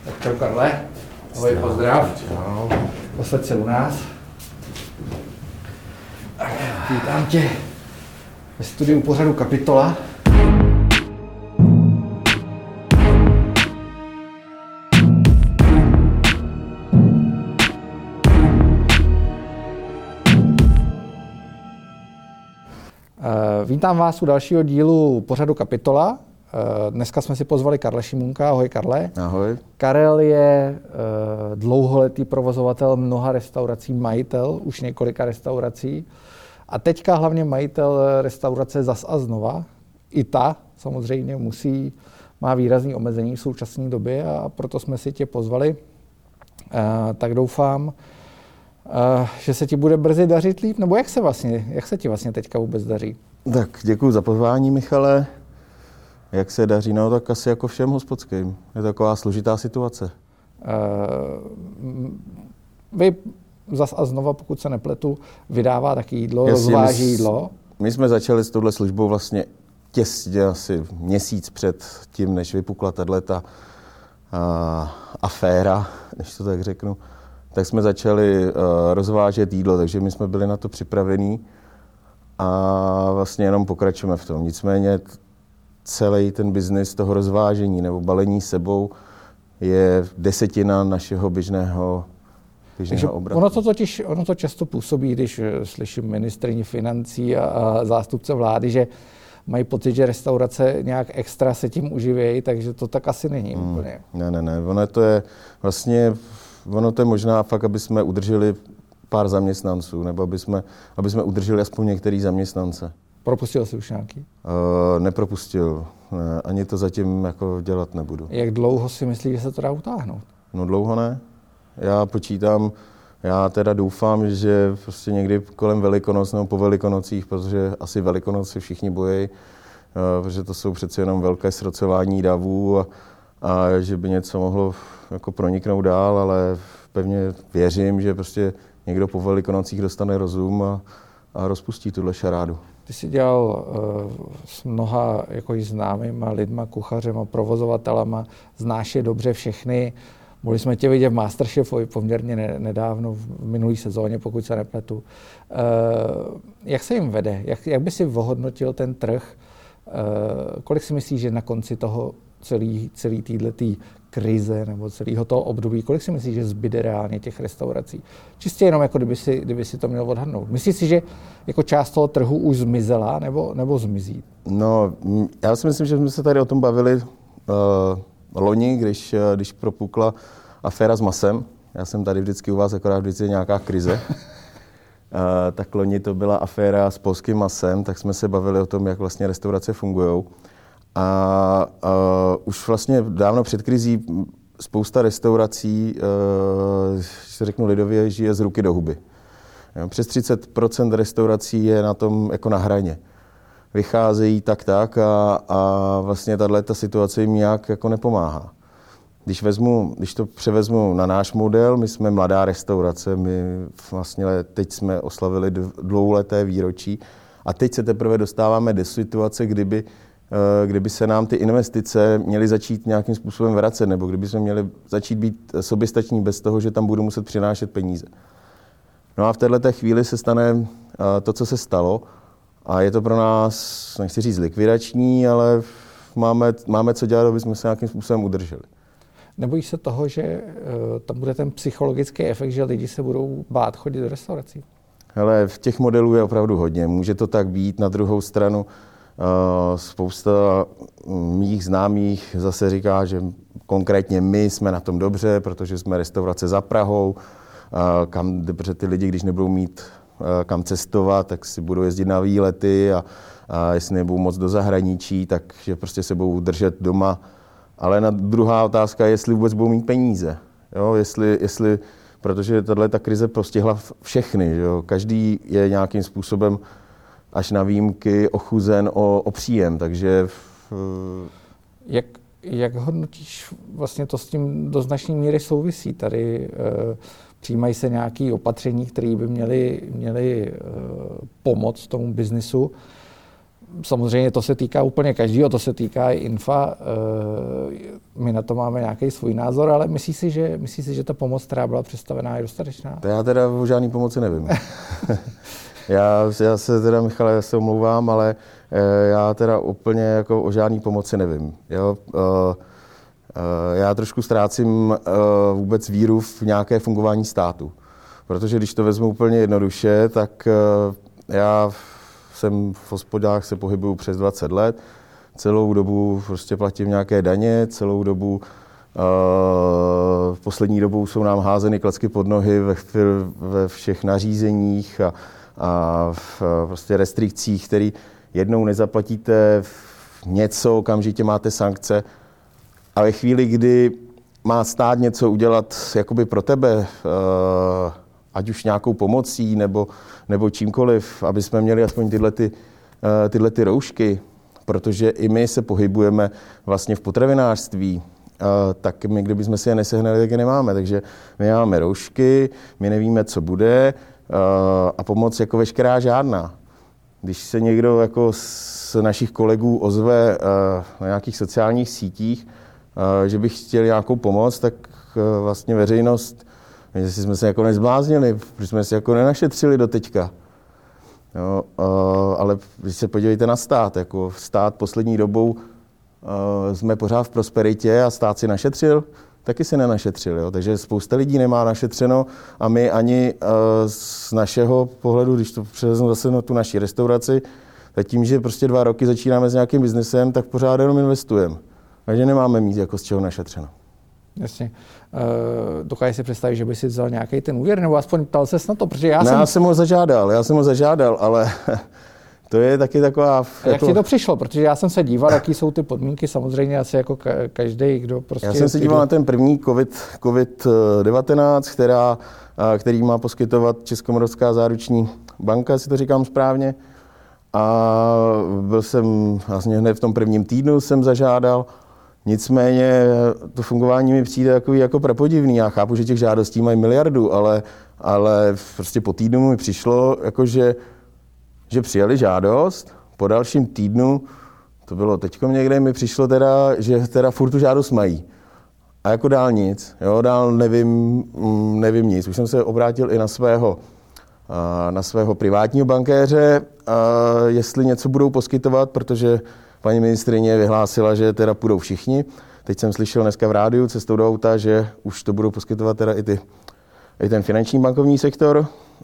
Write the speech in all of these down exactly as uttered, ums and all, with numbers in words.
Tak čau Karle, ahoj, pozdrav. Čau. Posaď se u nás. Vítám tě ve studiu pořadu Kapitola. Vítám vás u dalšího dílu pořadu Kapitola. Dneska jsme si pozvali Karla Šimunka. Ahoj Karle. Ahoj. Karel je dlouholetý provozovatel mnoha restaurací, majitel už několika restaurací a teďka hlavně majitel restaurace Zas a znova. I ta samozřejmě musí, má výrazný omezení v současné době a proto jsme si tě pozvali. Tak doufám, že se ti bude brzy dařit líp, nebo jak se vlastně, jak se ti vlastně teďka vůbec daří? Tak děkuji za pozvání, Michale. Jak se daří? No tak asi jako všem hospodským. Je to taková složitá situace. Uh, vy Zas a znova, pokud se nepletu, vydává taky jídlo, Jasně, rozváží my, jídlo. My jsme začali s touhle službou vlastně těsně asi měsíc před tím, než vypukla tato uh, aféra, než to tak řeknu. Tak jsme začali uh, rozvážet jídlo, takže my jsme byli na to připravení a vlastně jenom pokračujeme v tom. Nicméně celý ten biznis toho rozvážení nebo balení sebou je desetina našeho běžného, běžného obratu. Ono to totiž, ono to často působí, když slyším ministryni financí a, a zástupce vlády, že mají pocit, že restaurace nějak extra se tím uživějí, takže to tak asi není hmm. úplně. Ne, ne, ne. Ono to je vlastně, ono to je možná fakt, aby jsme udrželi pár zaměstnanců, nebo aby jsme, aby jsme udrželi aspoň některý zaměstnance. Propustil jsi už nějaký? Uh, nepropustil. Ne, ani to zatím jako dělat nebudu. Jak dlouho si myslíš, že se to dá utáhnout? No dlouho ne. Já počítám, já teda doufám, že prostě někdy kolem Velikonoc nebo po Velikonocích, protože asi Velikonoc si všichni bojí, uh, protože to jsou přece jenom velké srocování davů a, a že by něco mohlo jako proniknout dál, ale pevně věřím, že prostě někdo po Velikonocích dostane rozum a, a rozpustí tuhle šarádu. Ty jsi dělal uh, s mnoha jako známýma lidma, kuchařema, provozovatelama, znáš je dobře všechny. Mohli jsme tě vidět v Masterchefovi poměrně ne, nedávno, v minulý sezóně, pokud se nepletu. Uh, jak se jim vede? Jak, jak by si ohodnotil ten trh? Uh, kolik si myslíš, že na konci toho celý, celý týhletý krize nebo celého toho období, kolik si myslíš, že zbyde reálně těch restaurací? Čistě jenom, jako kdyby si, kdyby si to měl odhadnout. Myslíš si, že jako část toho trhu už zmizela nebo, nebo zmizí? No, já si myslím, že jsme se tady o tom bavili uh, loni, když, uh, když propukla aféra s masem. Já jsem tady vždycky u vás, akorát vždycky je nějaká krize. uh, tak loni to byla aféra s polským masem, tak jsme se bavili o tom, jak vlastně restaurace fungujou. A, a už vlastně dávno před krizí spousta restaurací, uh, se řeknu lidově, žije z ruky do huby. Přes třicet procent restaurací je na tom jako na hraně. Vycházejí tak tak a, a vlastně tato situace jim nějak jako nepomáhá. Když, vezmu, když to převezmu na náš model, my jsme mladá restaurace, my vlastně teď jsme oslavili dvouleté výročí a teď se teprve dostáváme do situace, kdyby kdyby se nám ty investice měly začít nějakým způsobem vracet, nebo kdyby jsme měli začít být soběstační bez toho, že tam budu muset přinášet peníze. No a v této chvíli se stane to, co se stalo, a je to pro nás, nechci říct likvidační, ale máme, máme co dělat, aby jsme se nějakým způsobem udrželi. Nebojíš se toho, že tam bude ten psychologický efekt, že lidi se budou bát chodit do restaurací? Hele, v těch modelů je opravdu hodně. Může to tak být. Na druhou stranu Uh, spousta mých známých zase říká, že konkrétně my jsme na tom dobře, protože jsme restaurace za Prahou, uh, kam, protože ty lidi, když nebudou mít uh, kam cestovat, tak si budou jezdit na výlety a, a jestli nebudou moc do zahraničí, takže prostě se budou držet doma. Ale na druhá otázka je, jestli vůbec budou mít peníze. Jo? Jestli, jestli, protože tato krize postihla všechny. Jo? Každý je nějakým způsobem až na výjimky ochuzen o, o příjem, takže... V... Jak, jak hodnotíš, vlastně to s tím do značné míry souvisí? Tady e, přijímají se nějaké opatření, které by měly, měly e, pomoct tomu biznisu. samozřejmě to se týká úplně každého, to se týká i Infa. My na to máme nějaký svůj názor, ale myslíš si, že, myslí si, že ta pomoc, která byla představená, je dostatečná? To já teda o žádný pomoci nevím. já, já se teda, Michale, já se omlouvám, ale já teda úplně jako o žádný pomoci nevím. Jo? Já trošku ztrácím vůbec víru v nějaké fungování státu. Protože když to vezmu úplně jednoduše, tak já jsem v hospodách se pohybuju přes dvacet let, celou dobu prostě platím nějaké daně, celou dobu uh, poslední dobou jsou nám házeny klacky pod nohy ve, ve všech nařízeních a, a v prostě restrikcích, který jednou nezaplatíte něco, okamžitě máte sankce. A ve chvíli, kdy má stát něco udělat jakoby pro tebe, uh, ať už nějakou pomocí nebo, nebo čímkoliv, aby jsme měli aspoň tyhle, ty, tyhle ty roušky, protože i my se pohybujeme vlastně v potravinářství, tak my, kdybychom si je nesehnali, tak je nemáme. Takže my máme roušky, my nevíme, co bude a pomoc jako veškerá žádná. Když se někdo jako z našich kolegů ozve na nějakých sociálních sítích, že by chtěl nějakou pomoc, tak vlastně veřejnost, jestli jsme se jako nezbláznili, protože jsme si jako nenašetřili do teďka. Jo, uh, ale když se podívejte na stát, jako stát poslední dobou uh, jsme pořád v prosperitě a stát si našetřil, taky si nenašetřil. Jo. Takže spousta lidí nemá našetřeno a my ani uh, z našeho pohledu, když to převezmu zase na tu naši restauraci, tak tím, že prostě dva roky začínáme s nějakým biznesem, tak pořád jenom investujeme. Takže nemáme mít jako z čeho našetřeno. Jasně. Uh, dokážeš si představit, že by si vzal nějaký ten úvěr, nebo aspoň ptal ses na to, protože já ne, jsem... já jsem ho zažádal, já jsem ho zažádal, ale to je taky taková... Jak jako... ti to přišlo? Protože já jsem se díval, jaký jsou ty podmínky, samozřejmě asi jako ka- každý, kdo prostě... Já jsem se díval na ten první COVID devatenáct, která, který má poskytovat Českomoravská záruční banka, jestli to říkám správně. A byl jsem vlastně hned v tom prvním týdnu jsem zažádal. Nicméně to fungování mi přijde takový jako prapodivný. Já chápu, že těch žádostí mají miliardu, ale, ale prostě po týdnu mi přišlo, jakože, že přijali žádost, po dalším týdnu, to bylo teďko někde, mi přišlo teda, že teda furt tu žádost mají. A jako dál nic, jo, dál nevím, nevím nic. Už jsem se obrátil i na svého, na svého privátního bankéře, jestli něco budou poskytovat, protože paní ministryně vyhlásila, že teda půjdou všichni. Teď jsem slyšel dneska v rádiu cestou do auta, že už to budou poskytovat teda i, ty, i ten finanční bankovní sektor,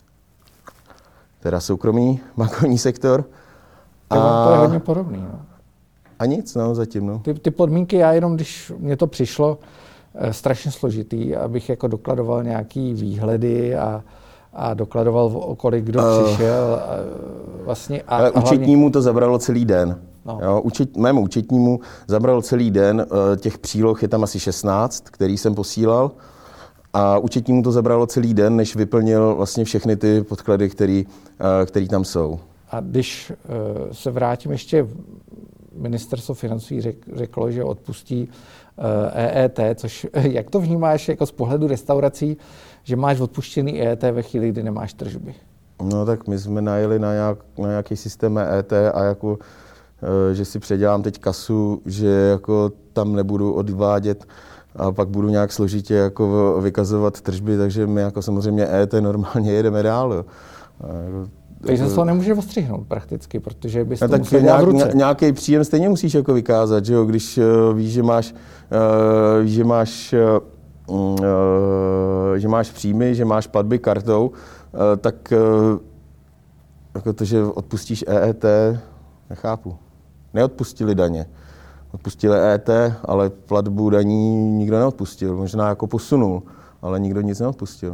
teda soukromý bankovní sektor. A to je hodně podobný. No. A nic, no, zatím. No. Ty, ty podmínky, já jenom, když mě to přišlo, eh, strašně složitý, abych jako dokladoval nějaký výhledy a, a dokladoval, kolik kdo uh, přišel. A, vlastně, a, ale a účetnímu hlavně... to zabralo celý den. No. Jo, účet, mému účetnímu zabralo celý den, těch příloh je tam asi šestnáct, který jsem posílal. A účetnímu to zabralo celý den, než vyplnil vlastně všechny ty podklady, který, který tam jsou. A když se vrátím ještě, ministerstvo financí řek, řeklo, že odpustí E E T, což jak to vnímáš jako z pohledu restaurací, že máš odpuštěný E E T ve chvíli, kdy nemáš tržby? No tak my jsme najeli na, nějak, na nějaký systém E E T a jako že si předělám teď kasu, že jako tam nebudu odvádět a pak budu nějak složitě jako vykazovat tržby, takže my jako samozřejmě E E T normálně jedeme dál. Jo. Takže se to nemůže ostřihnout prakticky, protože bys to tak musel dělat v ruce. Nějaký příjem stejně musíš jako vykázat, že jo? Když uh, víš, že máš, uh, víš, že máš, uh, že máš příjmy, že máš platby kartou, uh, tak uh, jako to, že odpustíš E E T, nechápu. Neodpustili daně. Odpustili E E T, ale platbu daní nikdo neodpustil. Možná jako posunul, ale nikdo nic neodpustil.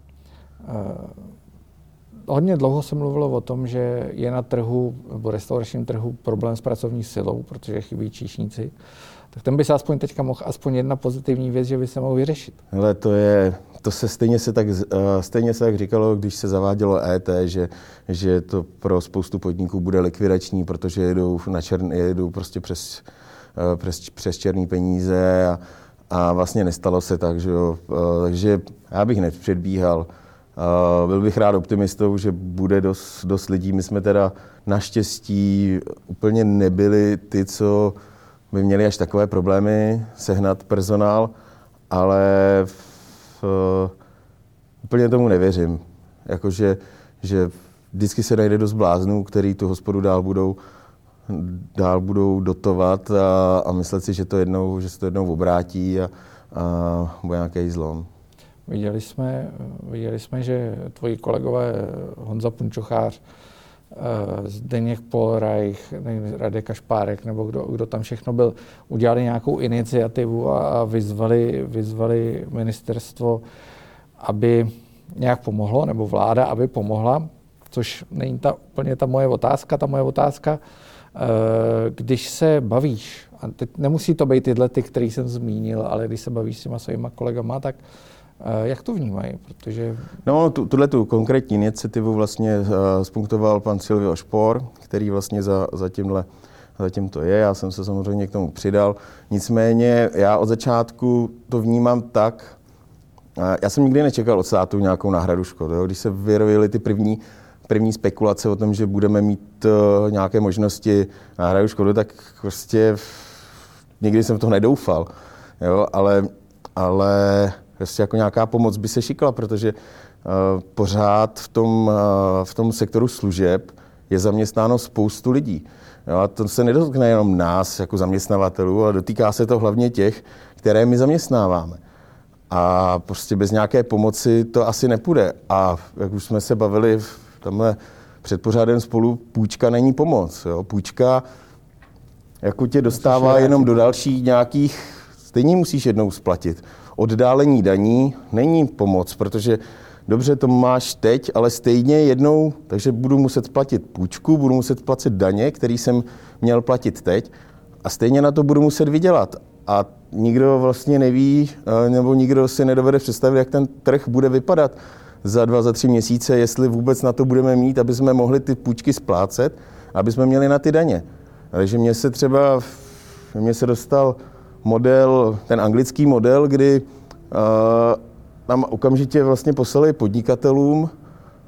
Uh, hodně dlouho se mluvilo o tom, že je na trhu, nebo restauračním trhu problém s pracovní silou, protože chybí číšníci. Tak ten by se aspoň teďka mohl, aspoň jedna pozitivní věc, že by se mohl vyřešit. Hele, to je, to se stejně se tak, stejně se tak říkalo, když se zavádělo E E T, že, že to pro spoustu podniků bude likvidační, protože jedou na čern, jedou prostě přes, přes, přes černý peníze a, a vlastně nestalo se tak, že jo. Takže já bych nepředbíhal. Uh, byl bych rád optimistou, že bude dost, dost lidí. My jsme teda naštěstí úplně nebyli ty, co by měli až takové problémy sehnat personál, ale v, uh, úplně tomu nevěřím. Jakože, že vždycky se najde dost bláznů, který tu hospodu dál budou, dál budou dotovat a, a myslet si, že, to jednou, že se to jednou obrátí a, a bude nějaký zlom. Viděli jsme, viděli jsme, že tvoji kolegové Honza Punčochář, Zdeněk Polreich, Radek Kašpárek, nebo kdo, kdo tam všechno byl, udělali nějakou iniciativu a vyzvali, vyzvali ministerstvo, aby nějak pomohlo, nebo vláda, aby pomohla, což není ta, úplně ta moje otázka. Ta moje otázka, když se bavíš, a teď nemusí to být tyhle ty, který jsem zmínil, ale když se bavíš s těma svýma kolegama, tak jak to vnímají? Protože... No, tu, tuhle tu konkrétní iniciativu vlastně uh, spunktoval pan Silvio Špor, který vlastně za, za, tímhle, za tímto je. Já jsem se samozřejmě k tomu přidal. Nicméně já od začátku to vnímám tak, uh, já jsem nikdy nečekal od státu nějakou náhradu škod. Jo? Když se vyrojily ty první, první spekulace o tom, že budeme mít uh, nějaké možnosti náhradu škody, tak prostě nikdy jsem v to nedoufal. Jo? Ale, ale prostě jako nějaká pomoc by se šikla, protože uh, pořád v tom, uh, v tom sektoru služeb je zaměstnáno spoustu lidí. Jo, a to se nedotkne jenom nás jako zaměstnavatelů, ale dotýká se to hlavně těch, které my zaměstnáváme. A prostě bez nějaké pomoci to asi nepůjde. A jak už jsme se bavili tamhle před pořádem spolu, půjčka není pomoc. Jo. Půjčka jako tě dostává jenom do dalších nějakých, stejně musíš jednou splatit. Oddálení daní není pomoc, protože dobře, to máš teď, ale stejně jednou, takže budu muset platit půjčku, budu muset platit daně, který jsem měl platit teď a stejně na to budu muset vydělat. A nikdo vlastně neví, nebo nikdo si nedovede představit, jak ten trh bude vypadat za dva, za tři měsíce, jestli vůbec na to budeme mít, aby jsme mohli ty půjčky splácet, aby jsme měli na ty daně. Takže mně se třeba, mně se dostal model, ten anglický model, kdy uh, tam okamžitě vlastně poslali podnikatelům, uh,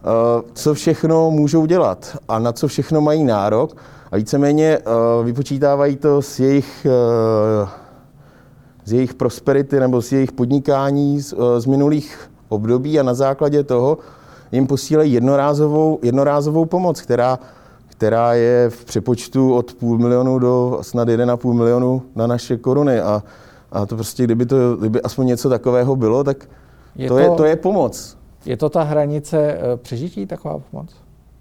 co všechno můžou dělat a na co všechno mají nárok a víceméně uh, vypočítávají to z jejich, uh, z jejich prosperity nebo z jejich podnikání z, uh, z minulých období a na základě toho jim posílají jednorázovou, jednorázovou pomoc, která která je v přepočtu od půl milionu do snad jeden a půl milionu na naše koruny. A, a to prostě, kdyby, to, kdyby aspoň něco takového bylo, tak je to, to, je, to je pomoc. Je to ta hranice přežití, taková pomoc?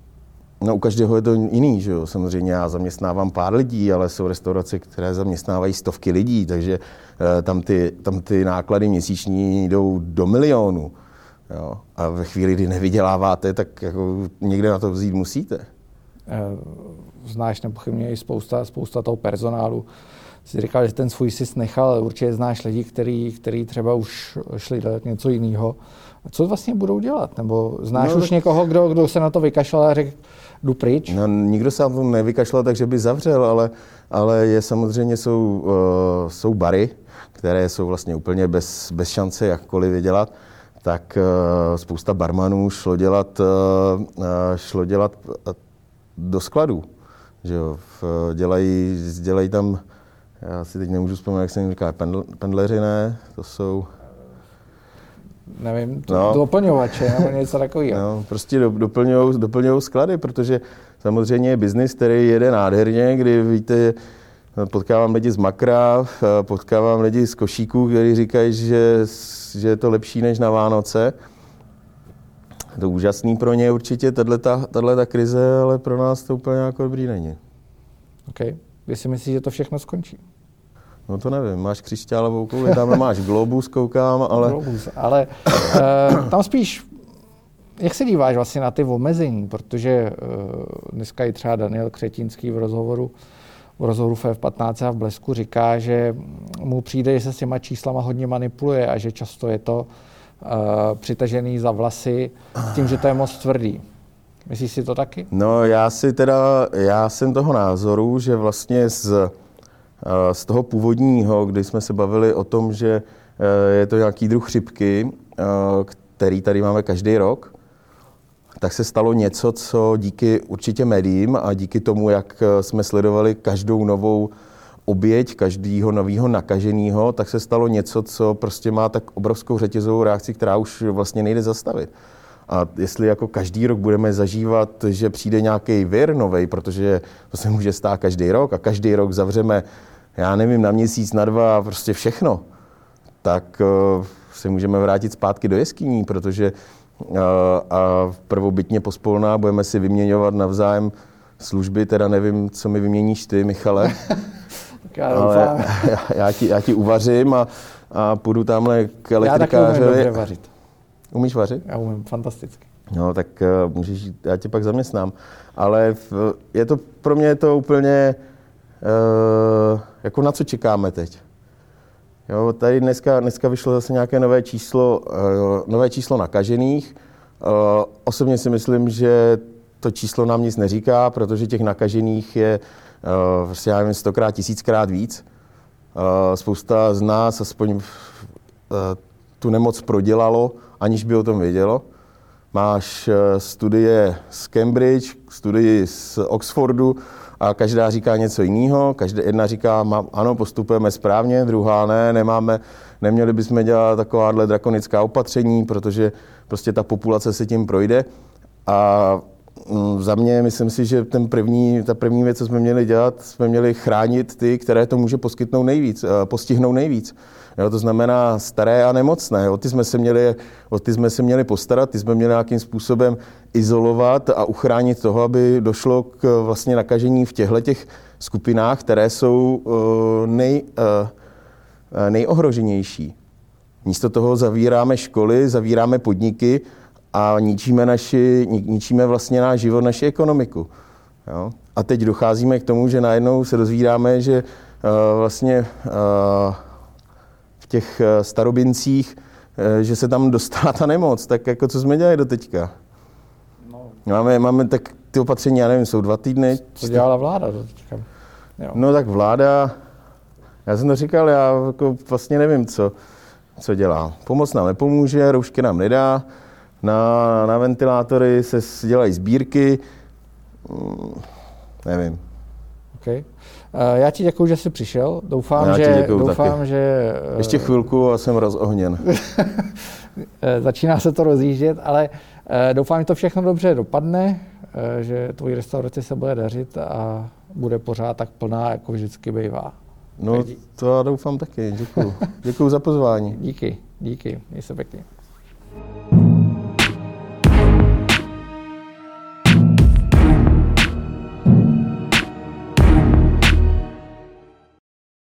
No u každého je to jiný, že jo. Samozřejmě já zaměstnávám pár lidí, ale jsou restaurace, které zaměstnávají stovky lidí, takže uh, tam, ty, tam ty náklady měsíční jdou do milionu. Jo. A ve chvíli, kdy nevyděláváte, tak jako někde na to vzít musíte. Znáš nepochybně i spousta, spousta toho personálu. Jsi říkal, že ten svůj sis nechal, ale určitě znáš lidi, který, který třeba už šli dělat něco jiného. Co vlastně budou dělat? Nebo znáš no, už tak... někoho, kdo, kdo se na to vykašlal a řekl, jdu pryč? No, nikdo se na to nevykašlal, takže by zavřel, ale, ale je samozřejmě jsou, uh, jsou bary, které jsou vlastně úplně bez, bez šance jakkoliv vydělat. Tak uh, spousta barmanů šlo dělat, uh, šlo dělat uh, do skladů, že jo, v, dělají, dělají tam, já si teď nemůžu vzpomínat, jak se jim říká, pendl, pendleři, ne, to jsou... Nevím, to, no, doplňovače, nebo něco takového. No, prostě do, doplňují, doplňují sklady, protože samozřejmě je biznis, který jede nádherně, kdy víte, potkávám lidi z Makra, potkávám lidi z Košíků, kteří říkají, že, že je to lepší než na Vánoce. Je to úžasný pro ně určitě, tato krize, ale pro nás to úplně jako dobrý není. OK. Kdy si myslíš, že to všechno skončí? No to nevím, máš křišťálovou kouli, tam máš globus, koukám, ale... Globus, ale uh, tam spíš, jak se díváš vlastně na ty omezení, protože uh, dneska i třeba Daniel Křetínský v rozhovoru v rozhovoru v F patnáct a v Blesku říká, že mu přijde, že se s těma číslama hodně manipuluje a že často je to Uh, přitažený za vlasy s tím, že to je moc tvrdý. Myslíš si to taky? No já si teda, já jsem toho názoru, že vlastně z, uh, z toho původního, kdy jsme se bavili o tom, že uh, je to nějaký druh chřipky, uh, který tady máme každý rok, tak se stalo něco, co díky určitě médiím a díky tomu, jak jsme sledovali každou novou oběť, každého nového nakaženého, tak se stalo něco, co prostě má tak obrovskou řetězovou reakci, která už vlastně nejde zastavit. A jestli jako každý rok budeme zažívat, že přijde nějaký vir novej, protože to se může stát každý rok a každý rok zavřeme, já nevím, na měsíc, na dva, prostě všechno, tak uh, se můžeme vrátit zpátky do jeskyní, protože uh, a prvobitně pospolná budeme si vyměňovat navzájem služby, teda nevím, co mi vyměníš ty, Michale. Já, ale já, já, ti, já ti uvařím a, a půjdu tamhle k elektrikářovi. Já taky umím dobře vařit. Umíš vařit? Já umím fantasticky. No, tak uh, můžeš, já tě pak zaměstnám. Ale v, je to, pro mě je to úplně, uh, jako na co čekáme teď. Jo, tady dneska, dneska vyšlo zase nějaké nové číslo, uh, nové číslo nakažených. Uh, osobně si myslím, že to číslo nám nic neříká, protože těch nakažených je uh, prostě, já nevím, stokrát, tisíckrát víc. Uh, spousta z nás aspoň uh, tu nemoc prodělalo, aniž by o tom vědělo. Máš uh, studie z Cambridge, studii z Oxfordu a každá říká něco jiného. Každá jedna říká, ano, postupujeme správně, druhá ne, nemáme, neměli bychom dělat takováhle drakonická opatření, protože prostě ta populace se tím projde. A za mě myslím si, že ten první, ta první věc, co jsme měli dělat, jsme měli chránit ty, které to může poskytnout nejvíc, postihnout nejvíc. Jo, to znamená staré a nemocné. O ty jsme se měli, o ty jsme se měli postarat, ty jsme měli nějakým způsobem izolovat a uchránit toho, aby došlo k vlastně nakažení v těchto těch skupinách, které jsou nej, nejohroženější. Místo toho zavíráme školy, zavíráme podniky a ničíme, naši, ničíme vlastně náš život, naši ekonomiku. Jo? A teď docházíme k tomu, že najednou se dozvídáme, že uh, vlastně uh, v těch starobincích, uh, že se tam dostala ta nemoc. Tak jako co jsme dělali do teďka? No. Máme, máme tak ty opatření, já nevím, jsou dva týdny. Co dělala vláda do teďka? Jo. No tak vláda, já jsem to říkal, já jako vlastně nevím, co, co dělá. Pomoc nám nepomůže, roušky nám nedá. Na, na ventilátory se dělají sbírky, hmm, nevím. Okay. Já ti děkuju, že jsi přišel. Doufám, že, doufám že... Ještě chvilku a jsem rozohněn. Začíná se to rozjíždět, ale doufám, že to všechno dobře dopadne, že tvojí restauraci se bude dařit a bude pořád tak plná, jako vždycky bývá. No to já doufám taky. Děkuju. Děkuju za pozvání. Díky, díky. Měj se pěkně.